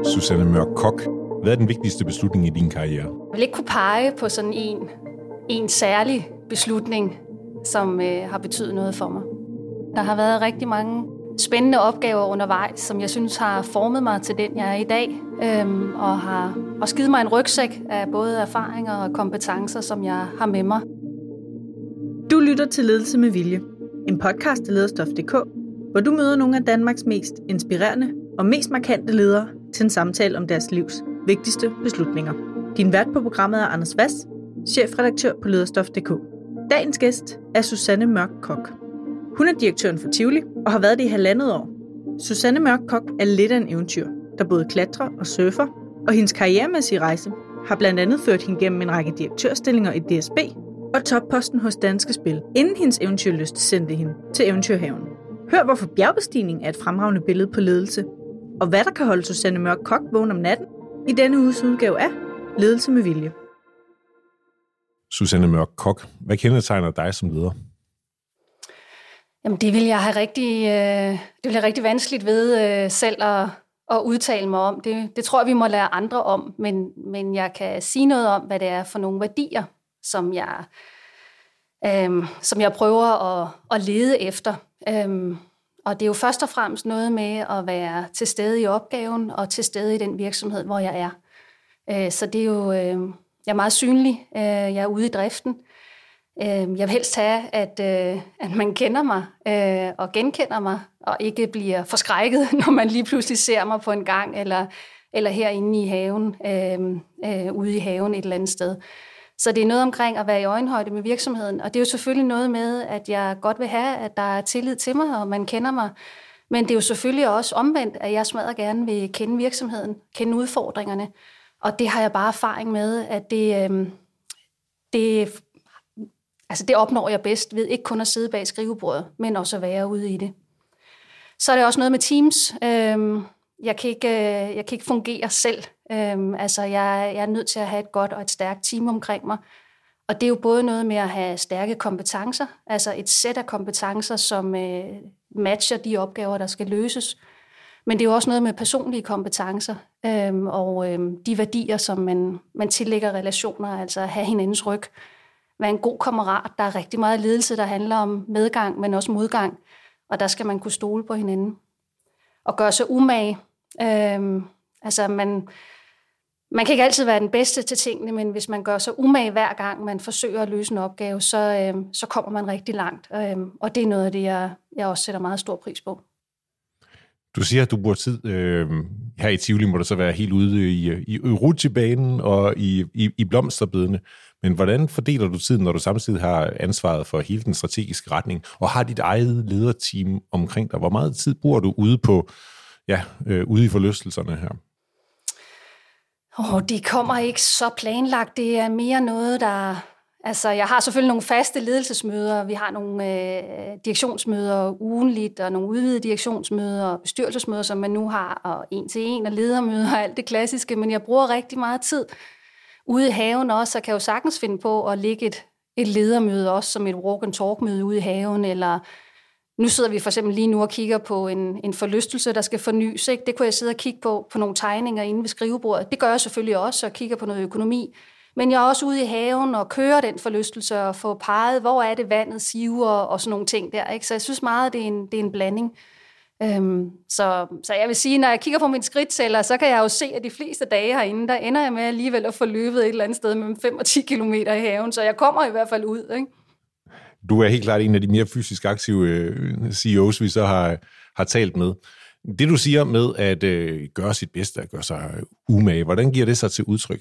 Susanne Mørk Koch, hvad er den vigtigste beslutning i din karriere? Jeg vil ikke kunne pege på sådan en særlig beslutning, som har betydet noget for mig. Der har været rigtig mange spændende opgaver undervejs, som jeg synes har formet mig til den, jeg er i dag, og har også givet mig en rygsæk af både erfaringer og kompetencer, som jeg har med mig. Du lytter til Ledelse med Vilje, en podcast af Lederstof.dk, hvor du møder nogle af Danmarks mest inspirerende og mest markante ledere til en samtale om deres livs vigtigste beslutninger. Din vært på programmet er Anders Hvass, chefredaktør på Lederstof.dk. Dagens gæst er Susanne Mørk Koch. Hun er direktøren for Tivoli og har været det i 1,5 år. Susanne Mørk Koch er lidt af en eventyr, der både klatrer og surfer, og hendes karrieremæssige rejse har blandt andet ført hende gennem en række direktørstillinger i DSB og topposten hos Danske Spil, inden hendes eventyrlyst sendte hende til Eventyrhaven. Hør, hvorfor bjergbestigning er et fremragende billede på ledelse, og hvad der kan holde Susanne Mørk Koch vågen om natten i denne uges udgave af Ledelse med Vilje. Susanne Mørk Koch, hvad kendetegner dig som leder? Jamen, det vil jeg have rigtig vanskeligt ved selv at udtale mig om. Det tror jeg, vi må lære andre om, men jeg kan sige noget om, hvad det er for nogle værdier, som jeg prøver at lede efter. Og det er jo først og fremmest noget med at være til stede i opgaven og til stede i den virksomhed, hvor jeg er. Så det er jo, jeg er meget synlig, jeg er ude i driften. Jeg vil helst have, at man kender mig og genkender mig, og ikke bliver forskrækket, når man lige pludselig ser mig på en gang, eller herinde i haven, ude i haven et eller andet sted. Så det er noget omkring at være i øjenhøjde med virksomheden, og det er jo selvfølgelig noget med, at jeg godt vil have, at der er tillid til mig, og man kender mig. Men det er jo selvfølgelig også omvendt, at jeg smadrer gerne vil kende virksomheden, kende udfordringerne. Og det har jeg bare erfaring med, at det opnår jeg bedst ved ikke kun at sidde bag skrivebordet, men også at være ude i det. Så er det også noget med teams. Jeg kan ikke fungere selv. Jeg er nødt til at have et godt og et stærkt team omkring mig. Og det er jo både noget med at have stærke kompetencer, altså et sæt af kompetencer, som matcher de opgaver, der skal løses. Men det er jo også noget med personlige kompetencer og de værdier, som man tillægger relationer, altså at have hinandens ryg. Være en god kammerat. Der er rigtig meget ledelse, der handler om medgang, men også modgang. Og der skal man kunne stole på hinanden. Og gøre sig umage. Man kan ikke altid være den bedste til tingene, men hvis man gør sig umage hver gang, man forsøger at løse en opgave, så kommer man rigtig langt. Og det er noget af det, jeg også sætter meget stor pris på. Du siger, at du bruger tid her i Tivoli, må du så være helt ude i rutsjebanen og i blomsterbedene. Men hvordan fordeler du tiden, når du samtidig har ansvaret for hele den strategiske retning, og har dit eget lederteam omkring dig? Hvor meget tid bruger du ude ude i forlystelserne her? Det kommer ikke så planlagt. Det er mere noget, der... Altså, jeg har selvfølgelig nogle faste ledelsesmøder. Vi har nogle direktionsmøder ugenligt, og nogle udvidede direktionsmøder og bestyrelsesmøder, som man nu har, og 1-til-1 og ledermøder og alt det klassiske. Men jeg bruger rigtig meget tid ude i haven også, så kan jeg jo sagtens finde på at lægge et ledermøde også som et walk and talk møde ude i haven, eller nu sidder vi for eksempel lige nu og kigger på en forlystelse, der skal fornys. Ikke? Det kunne jeg sidde og kigge på nogle tegninger inde ved skrivebordet. Det gør jeg selvfølgelig også, og kigger på noget økonomi. Men jeg er også ude i haven og kører den forlystelse og får peget, hvor er det vandet siver og sådan nogle ting der. Ikke? Så jeg synes meget, det er en blanding. Så jeg vil sige, når jeg kigger på min skridttæller, så kan jeg jo se, at de fleste dage herinde, der ender jeg med alligevel at få løbet et eller andet sted mellem 5 og 10 kilometer i haven, så jeg kommer i hvert fald ud. Ikke? Du er helt klart en af de mere fysisk aktive CEOs, vi så har talt med. Det du siger med at gøre sit bedste, at gøre sig umage, hvordan giver det sig til udtryk?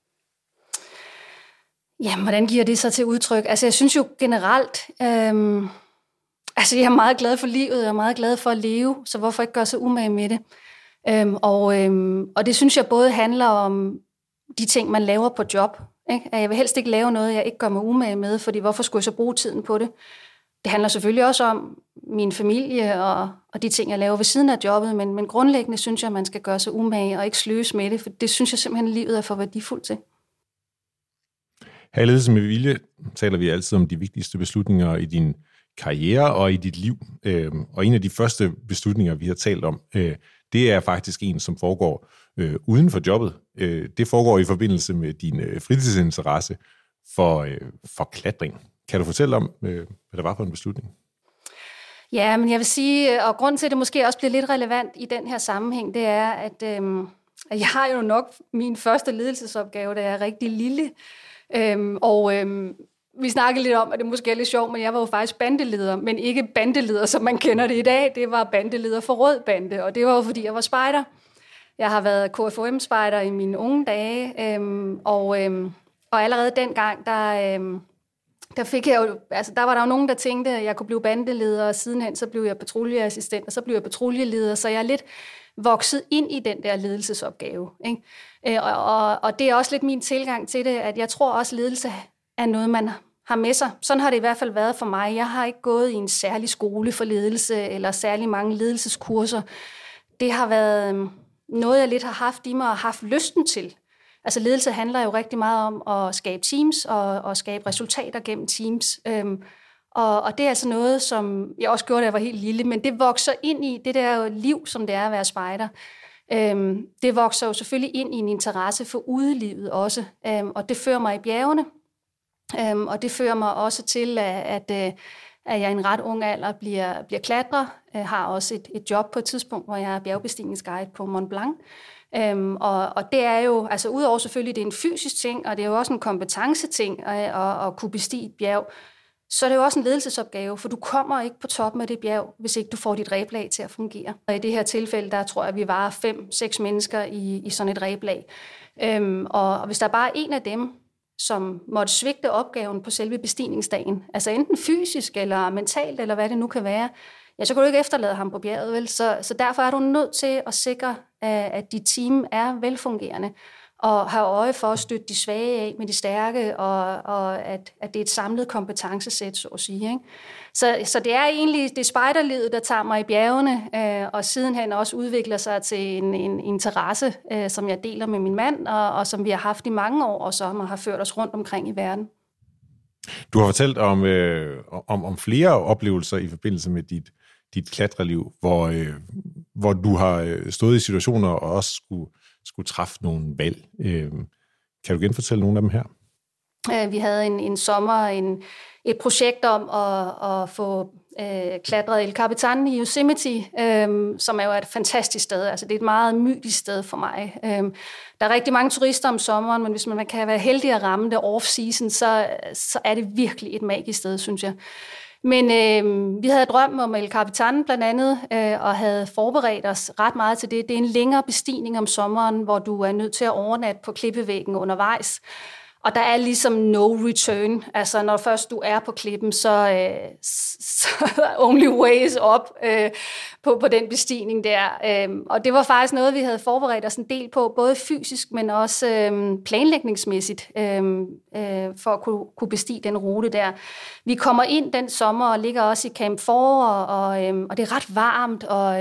Jamen, hvordan giver det sig til udtryk? Altså, jeg synes jo generelt... jeg er meget glad for livet, jeg er meget glad for at leve, så hvorfor ikke gøre sig umage med det? Og det synes jeg både handler om de ting, man laver på job. Ikke? Jeg vil helst ikke lave noget, jeg ikke gør mig umage med, fordi hvorfor skulle jeg så bruge tiden på det? Det handler selvfølgelig også om min familie og de ting, jeg laver ved siden af jobbet, men grundlæggende synes jeg, at man skal gøre sig umage og ikke sløse med det, for det synes jeg simpelthen, at livet er for værdifuldt til. Her i Ledelse med Vilje taler vi altid om de vigtigste beslutninger i din karriere og i dit liv. Og en af de første beslutninger, vi har talt om, det det er faktisk en, som foregår uden for jobbet. Det foregår i forbindelse med din fritidsinteresse for klatring. Kan du fortælle om, hvad det var for en beslutning? Ja, men jeg vil sige, og grunden til, at det måske også bliver lidt relevant i den her sammenhæng, det er, at jeg har jo nok min første ledelsesopgave, da jeg er rigtig lille. Vi snakkede lidt om, at det måske er lidt sjovt, men jeg var jo faktisk bandeleder, men ikke bandeleder, som man kender det i dag. Det var bandeleder for Rød Bande, og det var jo, fordi jeg var spejder. Jeg har været KFUM-spejder i mine unge dage, og allerede dengang, der fik jeg jo, altså der var der jo nogen, der tænkte, at jeg kunne blive bandeleder, og sidenhen så blev jeg patruljeassistent, og så blev jeg patruljeleder, så jeg er lidt vokset ind i den der ledelsesopgave. Ikke? Og det er også lidt min tilgang til det, at jeg tror også, at ledelse er noget, man har med sig. Sådan har det i hvert fald været for mig. Jeg har ikke gået i en særlig skole for ledelse, eller særlig mange ledelseskurser. Det har været noget, jeg lidt har haft i mig, og haft lysten til. Altså ledelse handler jo rigtig meget om at skabe teams, og skabe resultater gennem teams. Og det er altså noget, som jeg også gjorde, da jeg var helt lille, men det vokser ind i det der liv, som det er at være spejder. Det vokser jo selvfølgelig ind i en interesse for udelivet også, og det fører mig i bjergene. Og det fører mig også til, at jeg i en ret ung alder bliver klatrer. Jeg har også et job på et tidspunkt, hvor jeg er bjergbestigningsguide på Mont Blanc. Og det er jo, altså udover selvfølgelig, det er en fysisk ting, og det er jo også en kompetenceting at kunne bestige et bjerg, så er det jo også en ledelsesopgave, for du kommer ikke på toppen af det bjerg, hvis ikke du får dit reblag til at fungere. Og i det her tilfælde, der tror jeg, at vi var 5-6 mennesker i sådan et reblag. Og hvis der bare er en af dem, som måtte svigte opgaven på selve bestigningsdagen, altså enten fysisk eller mentalt, eller hvad det nu kan være, ja, så kan du ikke efterlade ham på bjerget, vel? Så derfor er du nødt til at sikre, at dit team er velfungerende, og have øje for at støtte de svage af med de stærke, og at det er et samlet kompetencesæt, så at sige. Ikke? Så det er egentlig det spejderlivet, der tager mig i bjergene, og sidenhen også udvikler sig til en interesse, som jeg deler med min mand, og som vi har haft i mange år, og som har ført os rundt omkring i verden. Du har fortalt om flere oplevelser i forbindelse med dit klatreliv, hvor du har stået i situationer og også skulle træffe nogle valg. Kan du genfortælle nogle af dem her? Vi havde en sommer et projekt om at få klatret El Capitan i Yosemite, som er jo et fantastisk sted. Altså, det er et meget mytisk sted for mig. Der er rigtig mange turister om sommeren, men hvis man kan være heldig at ramme det off-season, så er det virkelig et magisk sted, synes jeg. Men vi havde drømt om El Capitan blandt andet, og havde forberedt os ret meget til det. Det er en længere bestigning om sommeren, hvor du er nødt til at overnatte på klippevæggen undervejs. Og der er ligesom no return. Altså, når først du er på klippen, så only ways up på den bestigning der. Og det var faktisk noget, vi havde forberedt os en del på, både fysisk, men også planlægningsmæssigt, for at kunne bestige den rute der. Vi kommer ind den sommer og ligger også i Camp 4, og det er ret varmt,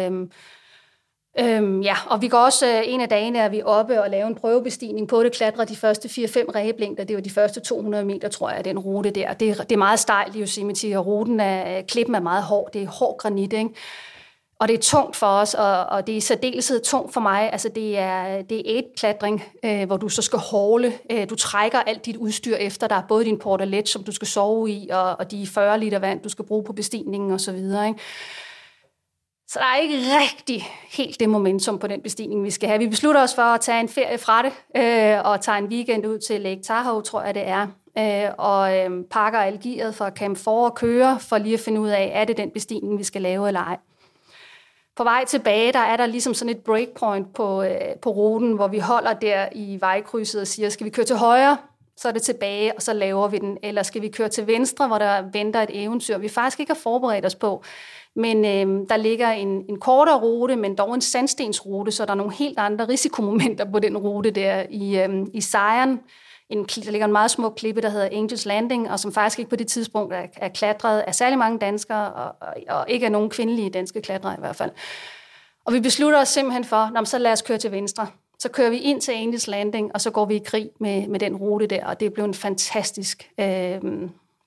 og vi går også en af dagene, er vi oppe og laver en prøvebestigning på det, klatrer de første 4-5 ræbelængder, det var de første 200 meter, tror jeg, den rute der. Det er meget stejlt i Yosemite, og klippen er meget hård, det er hård granit, ikke? Og det er tungt for os, og det er i særdeleshed tungt for mig. Altså det er klatring, hvor du så skal hårle. Du trækker alt dit udstyr efter dig, både din portalet, som du skal sove i, og de 40 liter vand, du skal bruge på bestigningen osv., ikke? Så der er ikke rigtig helt det momentum på den bestigning, vi skal have. Vi beslutter os for at tage en ferie fra det, og tage en weekend ud til Lake Tahoe, tror jeg det er, og pakker al gearet fra Camp 4 og kører, for lige at finde ud af, er det den bestigning, vi skal lave eller ej. På vej tilbage, der er der ligesom sådan et breakpoint på ruten, hvor vi holder der i vejkrydset og siger, skal vi køre til højre, så er det tilbage, og så laver vi den. Eller skal vi køre til venstre, hvor der venter et eventyr, vi faktisk ikke har forberedt os på. Men der ligger en kortere rute, men dog en sandstensrute, så der er nogle helt andre risikomomenter på den rute der i Zion. Der ligger en meget smuk klippe, der hedder Angels Landing, og som faktisk ikke på det tidspunkt er klatret af særlig mange danskere, og ikke af nogen kvindelige danske klatrere i hvert fald. Og vi beslutter os simpelthen for, så lad os køre til venstre. Så kører vi ind til Angels Landing, og så går vi i krig med den rute der, og det blev en fantastisk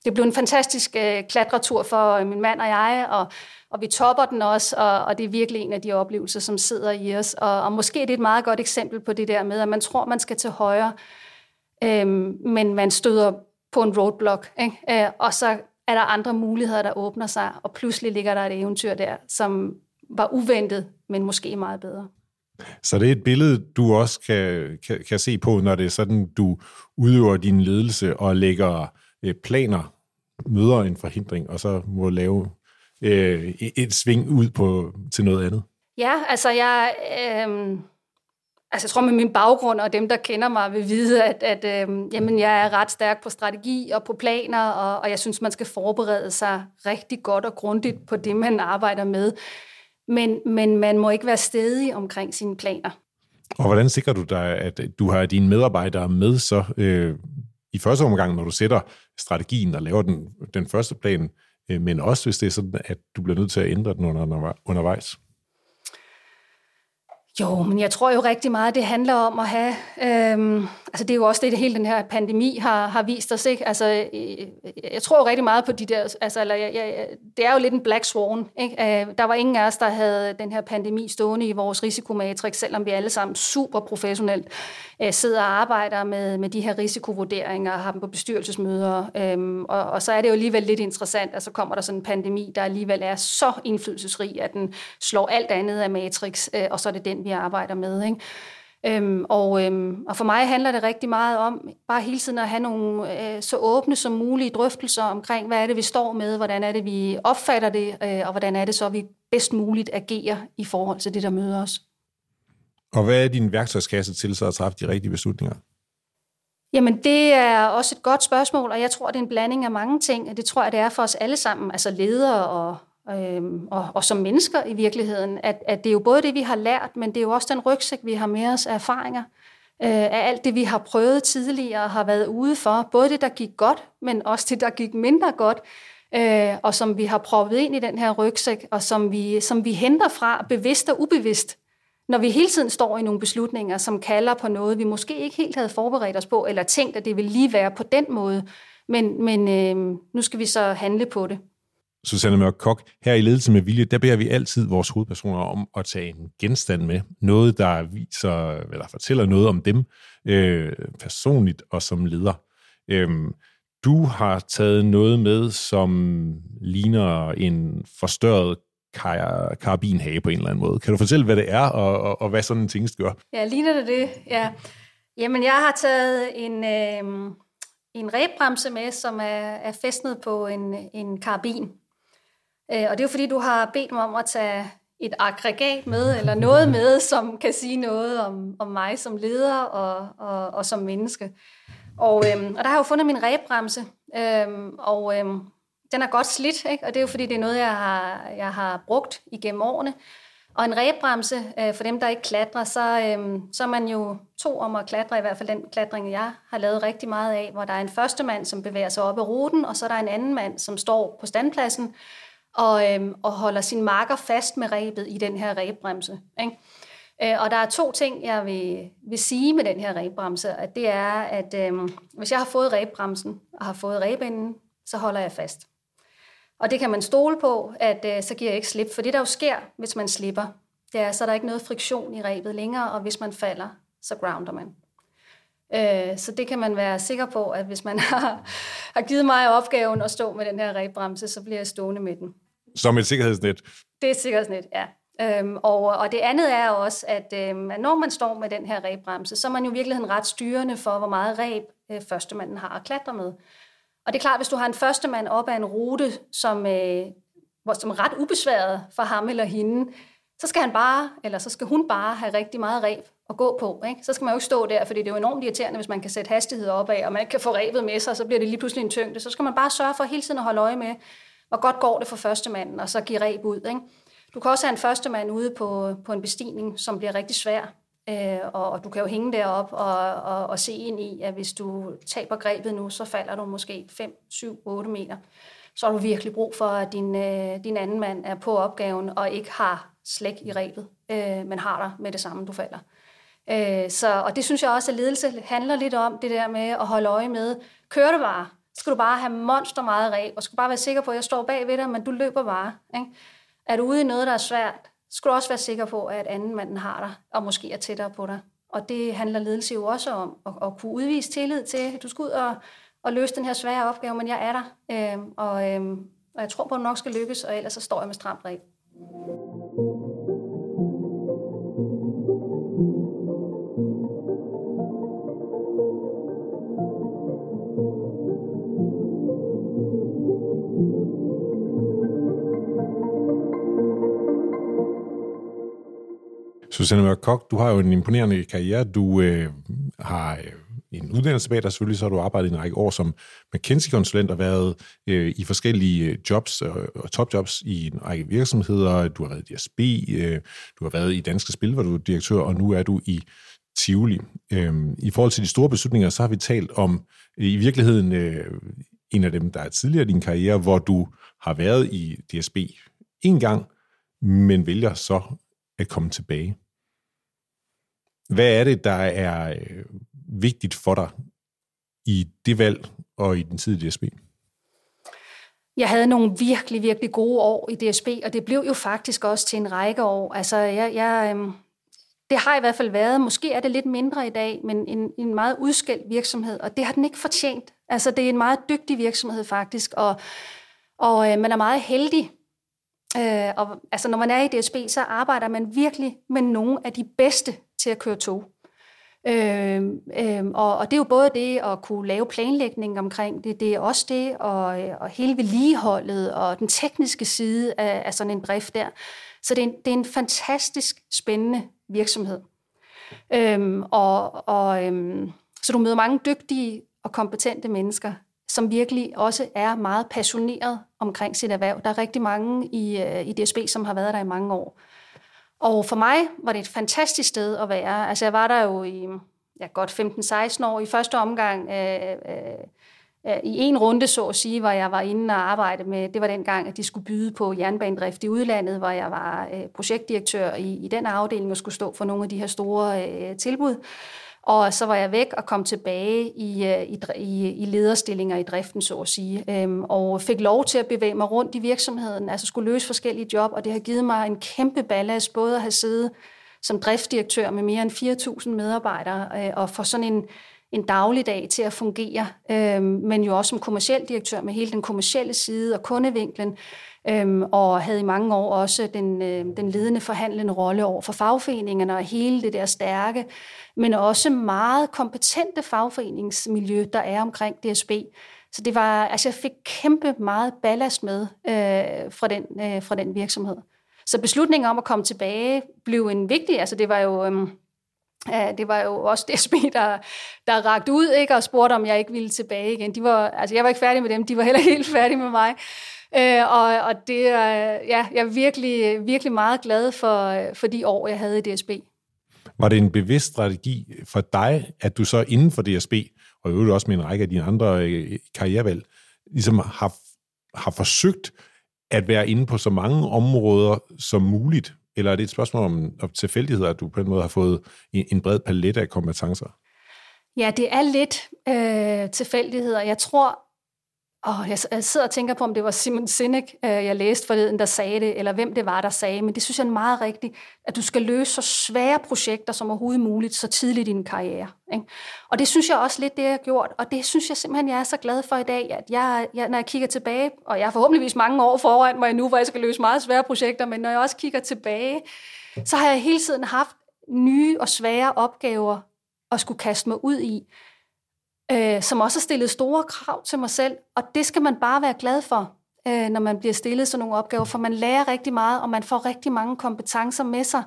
det blev en fantastisk klatretur for min mand og jeg, og vi topper den også, og det er virkelig en af de oplevelser, som sidder i os. Og måske det er et meget godt eksempel på det der med, at man tror, man skal til højre, men man støder på en roadblock, ikke? Og så er der andre muligheder, der åbner sig, og pludselig ligger der et eventyr der, som var uventet, men måske meget bedre. Så det er et billede, du også kan se på, når det er sådan, du udøver din ledelse og lægger planer, møder en forhindring, og så må lave et sving ud til noget andet. Ja, altså jeg tror med min baggrund, og dem, der kender mig, vil vide, at jamen, jeg er ret stærk på strategi og på planer, og jeg synes, man skal forberede sig rigtig godt og grundigt på det, man arbejder med. Men man må ikke være stædig omkring sine planer. Og hvordan sikrer du dig, at du har dine medarbejdere med så i første omgang, når du sætter strategien og laver den første plan, men også hvis det er sådan, at du bliver nødt til at ændre den undervejs? Jo, men jeg tror jo rigtig meget, det handler om at have... det er jo også det, hele den her pandemi har vist os, ikke? Altså, jeg tror jo rigtig meget på de der... det er jo lidt en black swan, ikke? Der var ingen af os, der havde den her pandemi stående i vores risikomatrix, selvom vi alle sammen super professionelt sidder og arbejder med de her risikovurderinger og har dem på bestyrelsesmøder. Og så er det jo alligevel lidt interessant, at så kommer der sådan en pandemi, der alligevel er så indflydelsesrig, at den slår alt andet af matrix, og så er det den, vi arbejder med, ikke? Og for mig handler det rigtig meget om bare hele tiden at have nogle så åbne som mulige drøftelser omkring, hvad er det, vi står med, hvordan er det, vi opfatter det, og hvordan er det så, vi bedst muligt agerer i forhold til det, der møder os. Og hvad er din værktøjskasse til så at træffe de rigtige beslutninger? Jamen, det er også et godt spørgsmål, og jeg tror, det er en blanding af mange ting, og det tror jeg, det er for os alle sammen, altså ledere og som mennesker i virkeligheden, at det er jo både det, vi har lært, men det er jo også den rygsæk, vi har med os af erfaringer, af alt det, vi har prøvet tidligere og har været ude for, både det, der gik godt, men også det, der gik mindre godt, og som vi har proppet ind i den her rygsæk, og som vi henter fra, bevidst og ubevidst, når vi hele tiden står i nogle beslutninger, som kalder på noget, vi måske ikke helt havde forberedt os på, eller tænkt, at det ville lige være på den måde, men nu skal vi så handle på det. Susanne Mørk Koch, her i Ledelse med Vilje, der beder vi altid vores hovedpersoner om at tage en genstand med. Noget, der viser, eller fortæller noget om dem personligt og som leder. Du har taget noget med, som ligner en forstørret karabinhage på en eller anden måde. Kan du fortælle, hvad det er, og hvad sådan en ting gør? Ja, ligner det? Ja. Jamen, jeg har taget en rebbremse med, som er fæstnet på en karabin. Og det er jo fordi, du har bedt mig om at tage et aggregat med, eller noget med, som kan sige noget om mig som leder og som menneske. Og der har jeg jo fundet min rebbremse, den er godt slidt, ikke? Og det er jo fordi, det er noget, jeg har brugt igennem årene. Og en rebbremse, for dem, der ikke klatrer, så er man jo to om at klatre, i hvert fald den klatring, jeg har lavet rigtig meget af, hvor der er en første mand, som bevæger sig op ad ruten, og så er der en anden mand, som står på standpladsen og holder sin marker fast med rebet i den her rebbremse, ikke? Og der er to ting, jeg vil sige med den her rebbremse, at det er, at hvis jeg har fået rebbremsen og har fået rebenden, så holder jeg fast. Og det kan man stole på, at så giver jeg ikke slip. For det, der jo sker, hvis man slipper, det er, så er der ikke noget friktion i rebet længere, og hvis man falder, så grounder man. Så det kan man være sikker på, at hvis man har givet mig opgaven at stå med den her rebbremse, så bliver jeg stående med den. Som et sikkerhedsnet? Det er et sikkerhedsnet, ja. Og det andet er også, at når man står med den her rebbremse, så er man jo i virkeligheden ret styrende for, hvor meget reb førstemanden har at klatre med. Og det er klart, hvis du har en førstemand op ad en rute, som er ret ubesværet for ham eller hende, så skal hun bare have rigtig meget reb at gå på, ikke? Så skal man jo ikke stå der, fordi det er jo enormt irriterende, hvis man kan sætte hastighed op af, og man ikke kan få rebet med sig, så bliver det lige pludselig en tyngde. Så skal man bare sørge for hele tiden at holde øje med, hvor godt går det for førstemanden, og så give reb ud, ikke? Du kan også have en førstemand ude på en bestigning, som bliver rigtig svær, og du kan jo hænge derop og se ind i, at hvis du taber grebet nu, så falder du måske 5, 7, 8 meter. Så har du virkelig brug for, at din anden mand er på opgaven og ikke har slæk i rebet, men har dig med det samme, du falder. Og det synes jeg også, at ledelse handler lidt om, det der med at holde øje med, kører det bare? Så skal du bare have monster meget ræb, og skal bare være sikker på, at jeg står bag ved dig, men du løber bare. Ikke? Er du ude i noget, der er svært, så skal du også være sikker på, at anden manden har dig, og måske er tættere på dig. Og det handler ledelse jo også om, at kunne udvise tillid til, at du skal ud og løse den her svære opgave, men jeg er der. Og jeg tror på, at det nok skal lykkes, og ellers så står jeg med stramt ræb. Susanne Mørk Koch, du har jo en imponerende karriere. Du har en uddannelse bag dig selvfølgelig, så har du arbejdet i en række år som McKinsey-konsulent og været i forskellige jobs og topjobs i en række virksomheder. Du har været i DSB, du har været i Danske Spil, hvor du er direktør, og nu er du i Tivoli. I forhold til de store beslutninger, så har vi talt om i virkeligheden en af dem, der er tidligere i din karriere, hvor du har været i DSB en gang, men vælger så at komme tilbage. Hvad er det, der er vigtigt for dig i det valg og i den tid i DSB? Jeg havde nogle virkelig, virkelig gode år i DSB, og det blev jo faktisk også til en række år. Altså, det har i hvert fald været, måske er det lidt mindre i dag, men en meget udskældt virksomhed, og det har den ikke fortjent. Altså, det er en meget dygtig virksomhed faktisk, og man er meget heldig. Og altså, når man er i DSB, så arbejder man virkelig med nogle af de bedste til at køre tog. Og det er jo både det at kunne lave planlægning omkring det, det er også det og hele vedligeholdet og den tekniske side af sådan en drift der. Så det er en fantastisk spændende virksomhed. Så du møder mange dygtige og kompetente mennesker, som virkelig også er meget passioneret omkring sit erhverv. Der er rigtig mange i DSB, som har været der i mange år. Og for mig var det et fantastisk sted at være. Altså jeg var der jo i godt 15-16 år. I første omgang i en runde, så at sige, hvor jeg var inde og arbejde med, det var dengang, at de skulle byde på jernbanedrift i udlandet, hvor jeg var projektdirektør i den afdeling og skulle stå for nogle af de her store tilbud. Og så var jeg væk og kom tilbage i lederstillinger i driften, så at sige, og fik lov til at bevæge mig rundt i virksomheden, altså skulle løse forskellige job, og det har givet mig en kæmpe ballast, både at have siddet som driftsdirektør med mere end 4.000 medarbejdere, og få sådan en dagligdag til at fungere, men jo også som kommerciel direktør med hele den kommercielle side og kundevinklen, og havde i mange år også den ledende forhandlende rolle over for fagforeningerne og hele det der stærke, men også meget kompetente fagforeningsmiljø, der er omkring DSB. Så det var, altså jeg fik kæmpe meget ballast med fra den virksomhed. Så beslutningen om at komme tilbage blev en vigtig, altså det var jo også DSB, der rakte ud, ikke, og spurgte, om jeg ikke ville tilbage igen. Jeg var ikke færdig med dem, de var heller helt færdige med mig. Og det, jeg er virkelig, virkelig meget glad for de år, jeg havde i DSB. Var det en bevidst strategi for dig, at du så inden for DSB, og i øvrigt også med en række af dine andre karrierevalg, ligesom har forsøgt at være inde på så mange områder som muligt? Eller er det et spørgsmål om tilfældigheder, at du på en måde har fået en bred palet af kompetencer? Ja, det er lidt tilfældigheder. Jeg tror, jeg sidder og tænker på, om det var Simon Sinek, jeg læste forleden, der sagde det, eller hvem det var, der sagde, men det synes jeg er meget rigtigt, at du skal løse så svære projekter som overhovedet muligt, så tidligt i din karriere. Ikke? Og det synes jeg også lidt, det jeg har gjort, og det synes jeg simpelthen, jeg er så glad for i dag, at jeg når jeg kigger tilbage, og jeg har forhåbentligvis mange år foran mig nu, hvor jeg skal løse meget svære projekter, men når jeg også kigger tilbage, så har jeg hele tiden haft nye og svære opgaver at skulle kaste mig ud i, som også har stillet store krav til mig selv, og det skal man bare være glad for, når man bliver stillet sådan nogle opgaver, for man lærer rigtig meget, og man får rigtig mange kompetencer med sig.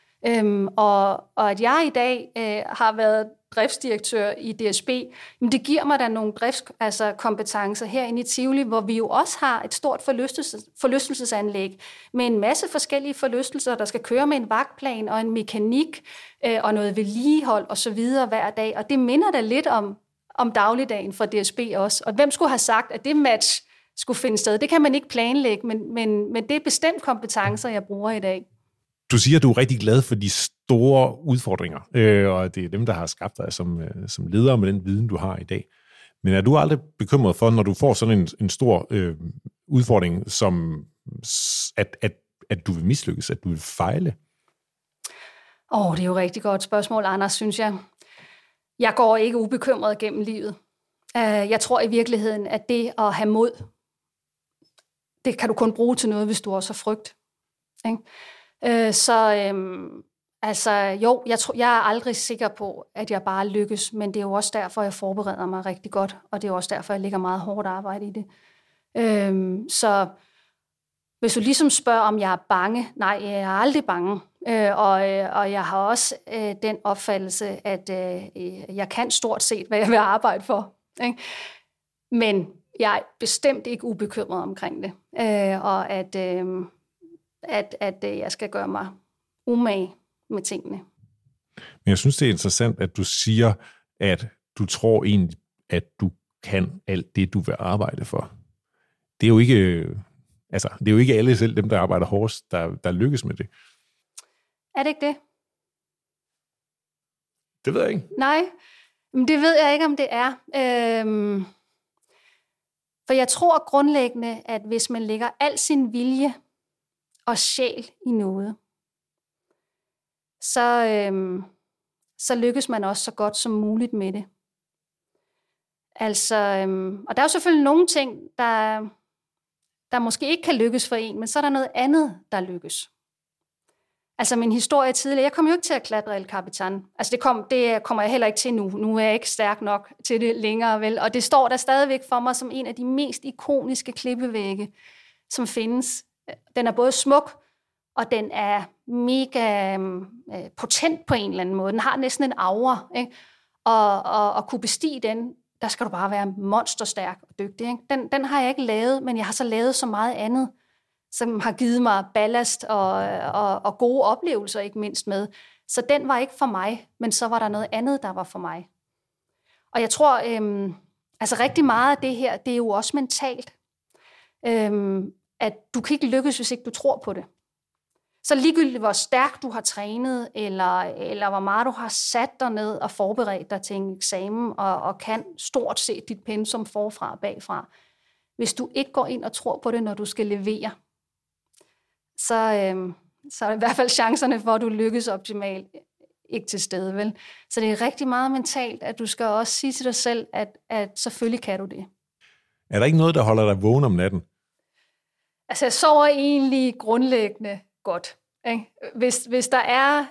Og at jeg i dag har været driftsdirektør i DSB, men det giver mig da nogle kompetencer herinde i Tivoli, hvor vi jo også har et stort forlystelsesanlæg med en masse forskellige forlystelser, der skal køre med en vagtplan og en mekanik og noget vedligehold og så videre hver dag, og det minder da lidt om dagligdagen fra DSB også. Og hvem skulle have sagt, at det match skulle finde sted? Det kan man ikke planlægge, men det er bestemt kompetencer, jeg bruger i dag. Du siger, at du er rigtig glad for de store udfordringer, og det er dem, der har skabt dig som leder med den viden, du har i dag. Men er du aldrig bekymret for, når du får sådan en stor udfordring, som at du vil mislykkes, at du vil fejle? Det er jo et rigtig godt spørgsmål, Anders, synes jeg. Jeg går ikke ubekymret gennem livet. Jeg tror i virkeligheden, at det at have mod, det kan du kun bruge til noget, hvis du også har frygt. Ikke? Jeg er aldrig sikker på, at jeg bare lykkes, men det er jo også derfor, jeg forbereder mig rigtig godt, og det er også derfor, jeg lægger meget hårdt arbejde i det. Så hvis du ligesom spørger, om jeg er bange, nej, jeg er aldrig bange. Og jeg har også den opfattelse, at jeg kan stort set, hvad jeg vil arbejde for. Ikke? Men jeg er bestemt ikke ubekymret omkring det, og at jeg skal gøre mig umage med tingene. Men jeg synes, det er interessant, at du siger, at du tror egentlig, at du kan alt det, du vil arbejde for. Det er jo ikke, det er jo ikke alle selv dem, der arbejder hårdest, der lykkes med det. Er det ikke det? Det ved jeg ikke. Nej, men det ved jeg ikke, om det er. For jeg tror grundlæggende, at hvis man lægger al sin vilje og sjæl i noget, så lykkes man også så godt som muligt med det. Og der er jo selvfølgelig nogle ting, der måske ikke kan lykkes for en, men så er der noget andet, der lykkes. Altså min historie tidligere, jeg kom jo ikke til at klatre El Capitan. Altså det kommer jeg heller ikke til nu. Nu er jeg ikke stærk nok til det længere, vel? Og det står der stadigvæk for mig som en af de mest ikoniske klippevægge, som findes. Den er både smuk, og den er mega potent på en eller anden måde. Den har næsten en aura, ikke? Og kunne bestige den, der skal du bare være monsterstærk og dygtig. Ikke? Den har jeg ikke lavet, men jeg har så lavet så meget andet, som har givet mig ballast og gode oplevelser, ikke mindst med. Så den var ikke for mig, men så var der noget andet, der var for mig. Og jeg tror, rigtig meget af det her, det er jo også mentalt. At du kan ikke lykkes, hvis ikke du tror på det. Så ligegyldigt, hvor stærkt du har trænet, eller hvor meget du har sat dig ned og forberedt dig til en eksamen, og kan stort set dit pensum forfra og bagfra. Hvis du ikke går ind og tror på det, når du skal levere, så er i hvert fald chancerne for, at du lykkes optimalt ikke til stede, vel? Så det er rigtig meget mentalt, at du skal også sige til dig selv, at selvfølgelig kan du det. Er der ikke noget, der holder dig vågen om natten? Altså, jeg sover egentlig grundlæggende godt. Ikke? Hvis der er...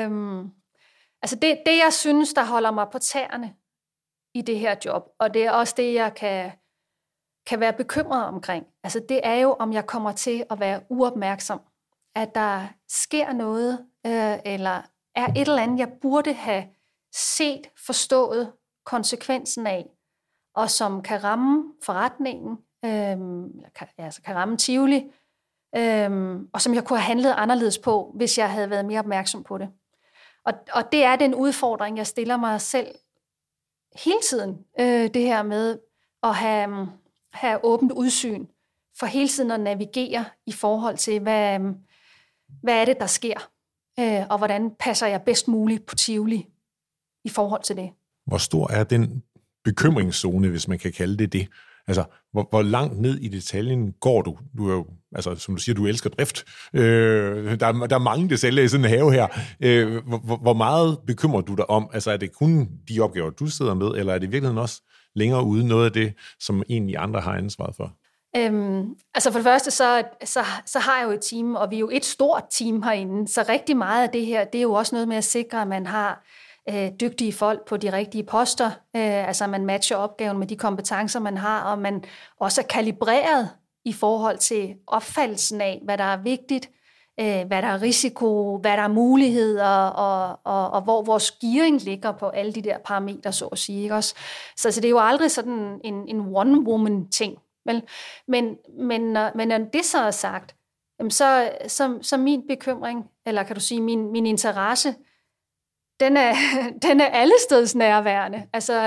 det jeg synes, der holder mig på tæerne i det her job, og det er også det, jeg kan være bekymret omkring, altså det er jo, om jeg kommer til at være uopmærksom, at der sker noget, eller er et eller andet, jeg burde have set, forstået konsekvensen af, og som kan ramme forretningen, kan ramme Tivoli, og som jeg kunne have handlet anderledes på, hvis jeg havde været mere opmærksom på det. Og det er den udfordring, jeg stiller mig selv hele tiden, det her med at have åbent udsyn, for hele tiden at navigere i forhold til, hvad er det, der sker, og hvordan passer jeg bedst muligt på Tivoli i forhold til det. Hvor stor er den bekymringszone, hvis man kan kalde det det? Altså, hvor langt ned i detaljen går du? Du er jo, altså, som du siger, du elsker drift. Der er mange detaljer i sådan en have her. Hvor meget bekymrer du dig om? Altså, er det kun de opgaver, du sidder med, eller er det i virkeligheden også længere ude noget af det, som egentlig andre har ansvaret for? For det første, så har jeg jo et team, og vi er jo et stort team herinde, så rigtig meget af det her, det er jo også noget med at sikre, at man har dygtige folk på de rigtige poster, man matcher opgaven med de kompetencer, man har, og man også er kalibreret i forhold til opfattelsen af, hvad der er vigtigt, hvad der er risiko, hvad der er muligheder, og hvor vores gearing ligger på alle de der parametre, så at sige. Ikke også? Så det er jo aldrig sådan en one-woman-ting. Vel? Men når det så er sagt, så min bekymring, eller kan du sige min interesse, den er allesteds nærværende.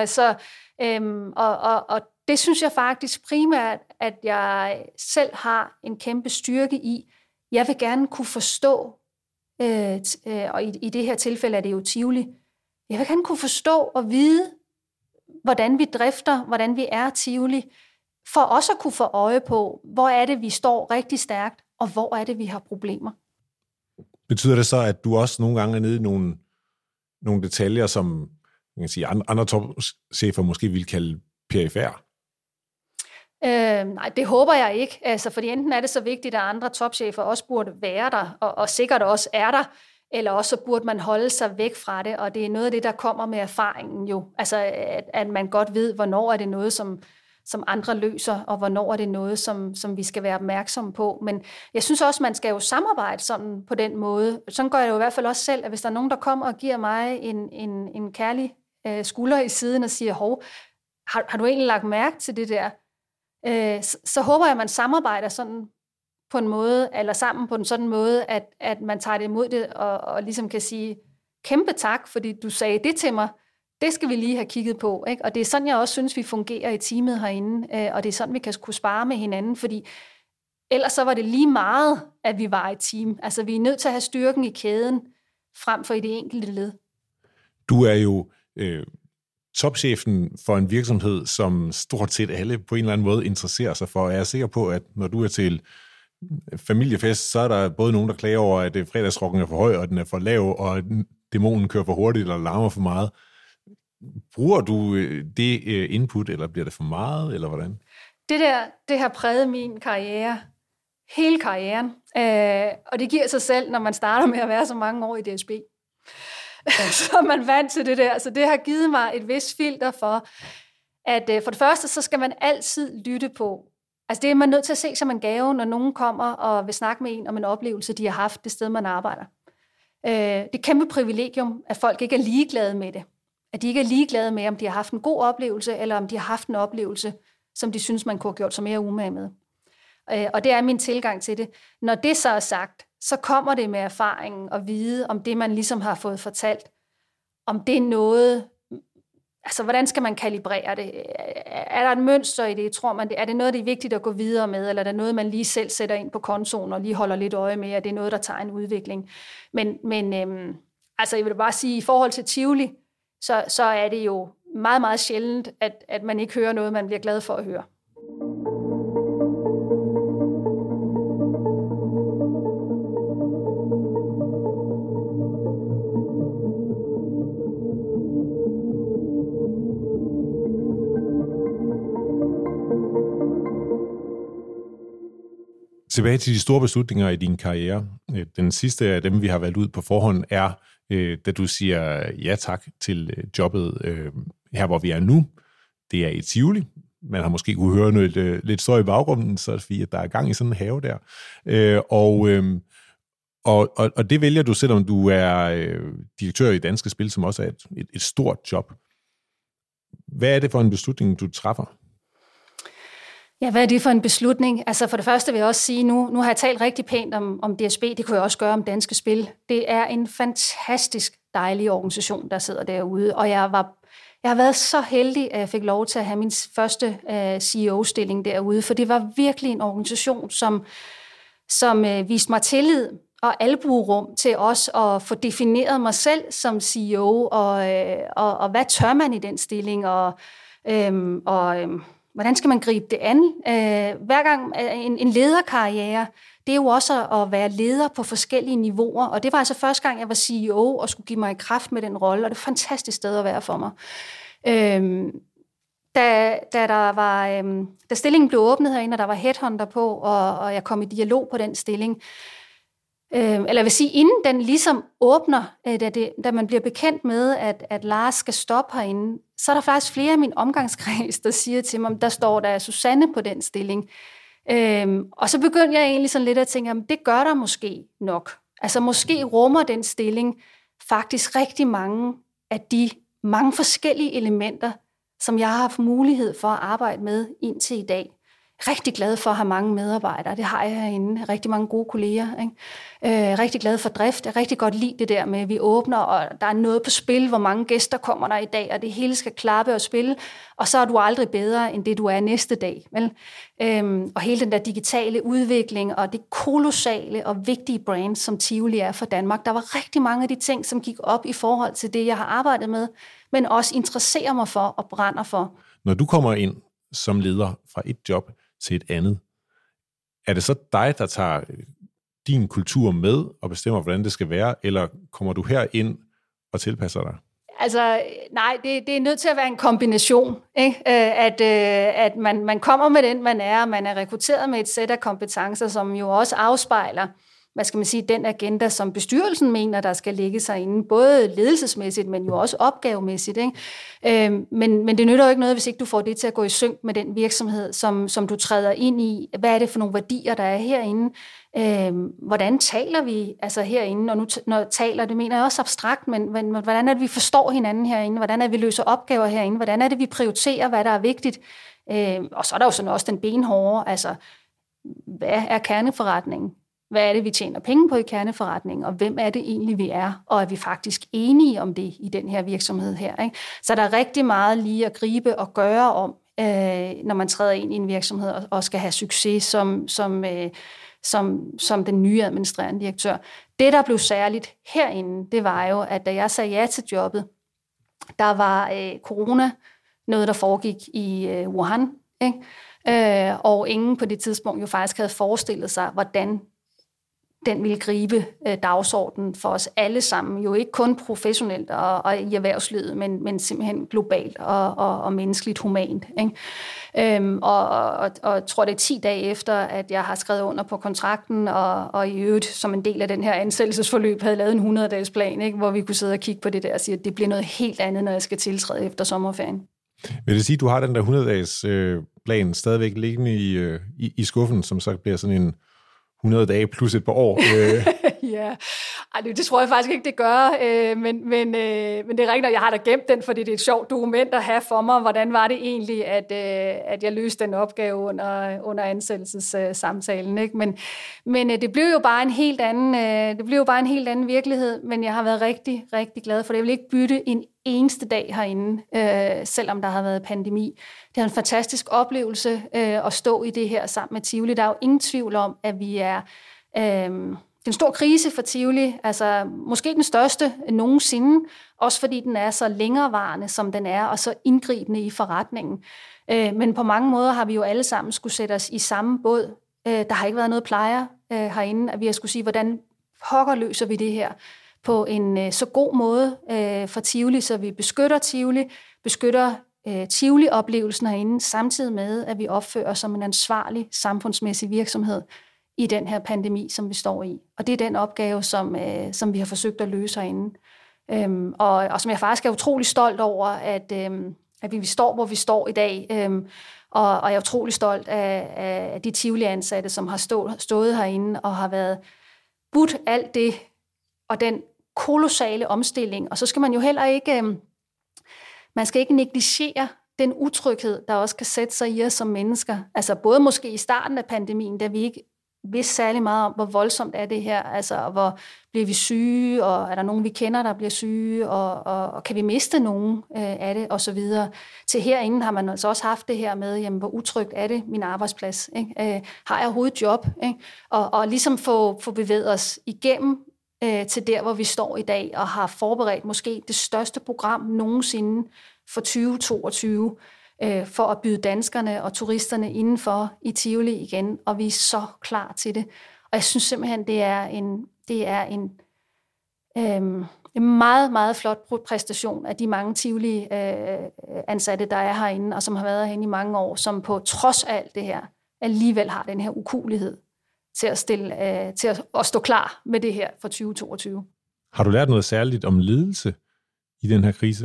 Og det synes jeg faktisk primært, at jeg selv har en kæmpe styrke i. Jeg vil gerne kunne forstå, og i det her tilfælde er det jo Tivoli, jeg vil gerne kunne forstå og vide, hvordan vi drifter, hvordan vi er Tivoli, for også at kunne få øje på, hvor er det, vi står rigtig stærkt, og hvor er det, vi har problemer. Betyder det så, at du også nogle gange er nede i nogle detaljer, som man kan sige, andre topchefer måske vil kalde perifære? Nej, det håber jeg ikke. Altså, fordi enten er det så vigtigt, at andre topchefer også burde være der, og sikkert også er der, eller også så burde man holde sig væk fra det, og det er noget af det, der kommer med erfaringen jo. Altså, at man godt ved, hvornår er det noget, som andre løser, og hvornår er det noget, som vi skal være opmærksomme på. Men jeg synes også, man skal jo samarbejde sådan på den måde. Sådan gør jeg jo i hvert fald også selv, at hvis der er nogen, der kommer og giver mig en kærlig skulder i siden og siger, hov, har du egentlig lagt mærke til det der? Så håber jeg, at man samarbejder sådan på en måde, eller sammen på en sådan måde, at man tager det imod det, og ligesom kan sige, kæmpe tak, fordi du sagde det til mig. Det skal vi lige have kigget på, ikke? Og det er sådan, jeg også synes, vi fungerer i teamet herinde, og det er sådan, vi kan kunne spare med hinanden, fordi ellers så var det lige meget, at vi var et team. Altså, vi er nødt til at have styrken i kæden, frem for i det enkelte led. Du er jo topchefen for en virksomhed, som stort set alle på en eller anden måde interesserer sig for. Jeg er sikker på, at når du er til familiefest, så er der både nogen, der klager over, at fredagsrocken er for høj, og den er for lav, og at dæmonen kører for hurtigt, eller larmer for meget. Bruger du det input, eller bliver det for meget, eller hvordan? Det har præget min karriere, hele karrieren, og det giver sig selv, når man starter med at være så mange år i DSB. Så er man vant til det der, så det har givet mig et vist filter for, at for det første, så skal man altid lytte på. Altså det er man nødt til at se som en gave, når nogen kommer og vil snakke med en om en oplevelse, de har haft det sted, man arbejder. Det er et kæmpe privilegium, at folk ikke er ligeglade med det. At de ikke er ligeglade med, om de har haft en god oplevelse, eller om de har haft en oplevelse, som de synes, man kunne have gjort sig mere umage med. Og det er min tilgang til det. Når det så er sagt, så kommer det med erfaringen at vide, om det, man ligesom har fået fortalt, om det er noget, altså hvordan skal man kalibrere det? Er der et mønster i det? Tror man, er det noget, det er vigtigt at gå videre med, eller er det noget, man lige selv sætter ind på kontoen og lige holder lidt øje med, at det er noget, der tager en udvikling? Men altså jeg vil bare sige, i forhold til Tivoli, så er det jo meget, meget sjældent, at man ikke hører noget, man bliver glad for at høre. Tilbage til de store beslutninger i din karriere. Den sidste af dem, vi har valgt ud på forhånd, er, da du siger ja tak til jobbet her, hvor vi er nu. Det er i Tivoli. Man har måske kunne høre noget lidt støj i baggrunden, så fordi at der er gang i sådan en have der. Og det vælger du, selvom du er direktør i Danske Spil, som også er et stort job. Hvad er det for en beslutning, du træffer? Ja, hvad er det for en beslutning? Altså for det første vil jeg også sige, nu har jeg talt rigtig pænt om DSB, det kunne jeg også gøre om Danske Spil. Det er en fantastisk dejlig organisation, der sidder derude, og jeg har været så heldig, at jeg fik lov til at have min første CEO-stilling derude, for det var virkelig en organisation, som viste mig tillid og albuerum til også at få defineret mig selv som CEO, og hvad tør man i den stilling, og hvordan skal man gribe det an? Hver gang en lederkarriere, det er jo også at være leder på forskellige niveauer, og det var altså første gang, jeg var CEO og skulle give mig i kraft med den rolle, og det er et fantastisk sted at være for mig. Da stillingen blev åbnet herinde, og der var headhunter på, og jeg kom i dialog på den stilling, eller jeg vil sige, inden den ligesom åbner, da man bliver bekendt med, at Lars skal stoppe herinde, så er der faktisk flere af min omgangskreds, der siger til mig, der står der Susanne på den stilling. Og så begyndte jeg egentlig sådan lidt at tænke, jamen, det gør der måske nok. Altså måske rummer den stilling faktisk rigtig mange af de mange forskellige elementer, som jeg har haft mulighed for at arbejde med indtil i dag. Rigtig glad for at have mange medarbejdere. Det har jeg herinde. Rigtig mange gode kolleger. Ikke? Rigtig glad for drift. Jeg rigtig godt lide det der med, at vi åbner, og der er noget på spil, hvor mange gæster kommer der i dag, og det hele skal klappe og spille. Og så er du aldrig bedre, end det du er næste dag. Vel? Og hele den der digitale udvikling, og det kolossale og vigtige brand, som Tivoli er for Danmark. Der var rigtig mange af de ting, som gik op i forhold til det, jeg har arbejdet med, men også interesserer mig for og brænder for. Når du kommer ind som leder fra et job til et andet, er det så dig, der tager din kultur med og bestemmer, hvordan det skal være, eller kommer du her ind og tilpasser dig? Altså, nej, det er nødt til at være en kombination, ikke? At man kommer med den, man er rekrutteret med et sæt af kompetencer, som jo også afspejler, hvad skal man sige, den agenda, som bestyrelsen mener, der skal ligge sig inde, både ledelsesmæssigt, men jo også opgavemæssigt. Ikke? Men det nytter jo ikke noget, hvis ikke du får det til at gå i synk med den virksomhed, som du træder ind i. Hvad er det for nogle værdier, der er herinde? Hvordan taler vi altså herinde? Og nu når taler, det mener jeg også abstrakt, men hvordan er det, vi forstår hinanden herinde? Hvordan er det, vi løser opgaver herinde? Hvordan er det, vi prioriterer, hvad der er vigtigt? Og så er der jo sådan også den benhårde, altså, hvad er kerneforretningen? Hvad er det, vi tjener penge på i kerneforretningen, og hvem er det egentlig, vi er, og er vi faktisk enige om det i den her virksomhed her? Ikke? Så der er rigtig meget lige at gribe og gøre om, når man træder ind i en virksomhed og skal have succes som den nye administrerende direktør. Det, der blev særligt herinde, det var jo, at da jeg sagde ja til jobbet, der var corona, noget, der foregik i Wuhan, ikke? Og ingen på det tidspunkt jo faktisk havde forestillet sig, hvordan den ville gribe dagsordenen for os alle sammen. Jo ikke kun professionelt og i erhvervslivet, men simpelthen globalt og menneskeligt humant. Ikke? Og jeg tror, det er 10 dage efter, at jeg har skrevet under på kontrakten, og i øvrigt som en del af den her ansættelsesforløb havde lavet en 100-dages plan, ikke? Hvor vi kunne sidde og kigge på det der og sige, at det bliver noget helt andet, når jeg skal tiltræde efter sommerferien. Vil det sige, at du har den der 100-dages plan stadigvæk liggende i skuffen, som så bliver sådan en 100 dage plus et par år? Ja, det tror jeg faktisk ikke, det gør, men det er rigtigt, at jeg har da gemt den, fordi det er et sjovt dokument at have for mig. Hvordan var det egentlig, at jeg løste den opgave under ansættelsessamtalen? Ikke? Men det blev jo bare en helt anden virkelighed, men jeg har været rigtig, rigtig glad for det. Jeg vil ikke bytte en eneste dag herinde, selvom der har været pandemi. Det er en fantastisk oplevelse at stå i det her sammen med Tivoli. Der er jo ingen tvivl om, at vi er en stor krise for Tivoli, altså måske den største nogensinde, også fordi den er så længerevarende, som den er, og så indgribende i forretningen. Men på mange måder har vi jo alle sammen skulle sætte os i samme båd. Der har ikke været noget plejer herinde, at vi har skulle sige, hvordan pokker løser vi det her på en så god måde for Tivoli, så vi beskytter Tivoli-oplevelsen herinde, samtidig med, at vi opfører som en ansvarlig samfundsmæssig virksomhed i den her pandemi, som vi står i. Og det er den opgave, som vi har forsøgt at løse herinde. Og som jeg faktisk er utrolig stolt over, at vi står, hvor vi står i dag. Og jeg er utrolig stolt af de Tivoli-ansatte, som har stået herinde og har været budt alt det, og den kolossale omstilling. Og så skal man jo heller ikke, man skal ikke negligere den utryghed, der også kan sætte sig i os som mennesker. Altså både måske i starten af pandemien, da vi ikke vidste særlig meget om, hvor voldsomt er det her, altså hvor bliver vi syge, og er der nogen, vi kender, der bliver syge, og kan vi miste nogen af det, og så videre. Til herinde har man altså også haft det her med, jamen, hvor utrygt er det, min arbejdsplads? Ikke? Har jeg overhovedet job? Ikke? Og ligesom få bevæget os igennem til der, hvor vi står i dag, og har forberedt måske det største program nogensinde for 2022, for at byde danskerne og turisterne indenfor i Tivoli igen, og vi er så klar til det. Og jeg synes simpelthen, det er en meget, meget flot præstation af de mange Tivoli-ansatte, der er herinde, og som har været herinde i mange år, som på trods af alt det her, alligevel har den her ukuelighed til at stå klar med det her for 2022. Har du lært noget særligt om ledelse i den her krise?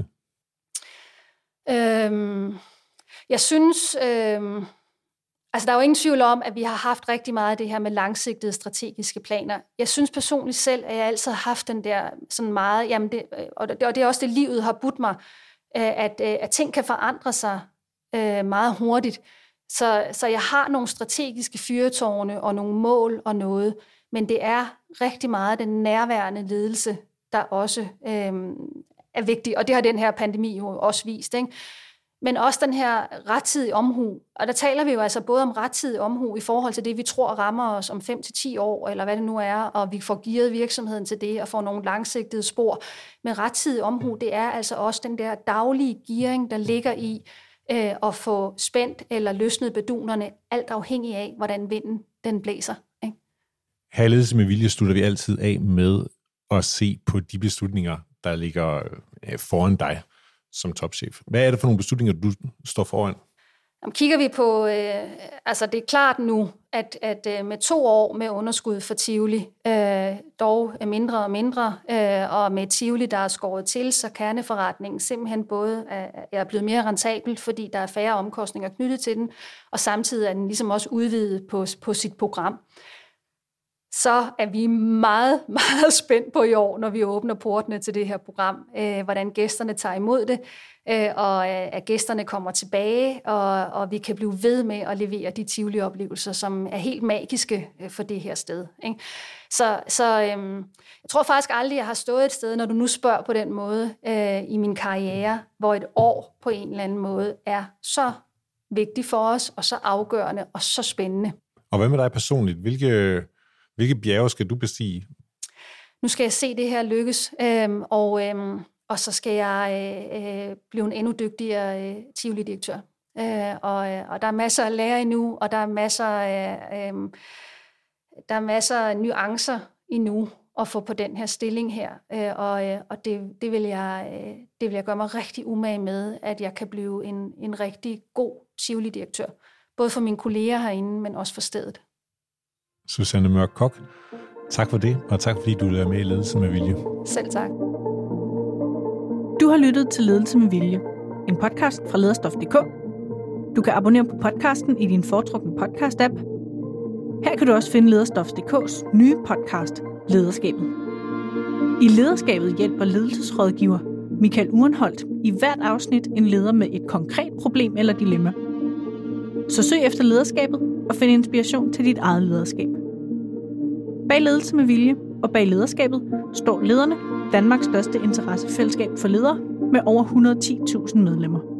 Jeg synes, altså der er jo ingen tvivl om, at vi har haft rigtig meget af det her med langsigtede strategiske planer. Jeg synes personligt selv, at jeg altid har haft den der sådan meget, jamen og det er også det, livet har budt mig, at ting kan forandre sig meget hurtigt. Så jeg har nogle strategiske fyrtårne og nogle mål og noget, men det er rigtig meget den nærværende ledelse, der også er vigtig, og det har den her pandemi jo også vist, ikke? Men også den her rettidige omhu, og der taler vi jo altså både om rettidig omhu i forhold til det, vi tror rammer os om 5-10 år, eller hvad det nu er, og vi får gearet virksomheden til det, og får nogle langsigtede spor. Men rettidig omhu, det er altså også den der daglige gearing, der ligger i at få spændt eller løsnet bedunerne, alt afhængig af, hvordan vinden den blæser. Ikke? Her i Ledelse med Vilje slutter vi altid af med at se på de beslutninger, der ligger foran dig som topchef. Hvad er det for nogle beslutninger, du står foran? Kigger vi på, altså det er klart nu, at med 2 år med underskud for Tivoli, dog mindre og mindre, og med Tivoli, der er skåret til, så kerneforretningen simpelthen både er blevet mere rentabel, fordi der er færre omkostninger knyttet til den, og samtidig er den ligesom også udvidet på sit program. Så er vi meget, meget spændt på i år, når vi åbner portene til det her program, hvordan gæsterne tager imod det, og at gæsterne kommer tilbage, og vi kan blive ved med at levere de Tivoli-oplevelser, som er helt magiske for det her sted. Ikke? Så jeg tror faktisk aldrig, jeg har stået et sted, når du nu spørger på den måde i min karriere, hvor et år på en eller anden måde er så vigtigt for os, og så afgørende og så spændende. Og hvad med dig personligt? Hvilke bjerge skal du bestige? Nu skal jeg se det her lykkes, og så skal jeg blive en endnu dygtigere Tivoli-direktør. Og der er masser at lære endnu, og der er masser af nuancer endnu at få på den her stilling her. Og det vil jeg gøre mig rigtig umage med, at jeg kan blive en rigtig god Tivoli-direktør. Både for mine kolleger herinde, men også for stedet. Susanne Mørk Koch, tak for det, og tak fordi du er med i Ledelse med Vilje. Selv tak. Du har lyttet til Ledelse med Vilje, en podcast fra Lederstof.dk. Du kan abonnere på podcasten i din foretrukne podcast-app. Her kan du også finde Lederstof.dk's nye podcast, Lederskabet. I Lederskabet hjælper ledelsesrådgiver Michael Urenholdt i hvert afsnit en leder med et konkret problem eller dilemma. Så søg efter Lederskabet og find inspiration til dit eget lederskab. Bag Ledelse med Vilje og bag Lederskabet står lederne, Danmarks største interessefællesskab for ledere med over 110.000 medlemmer.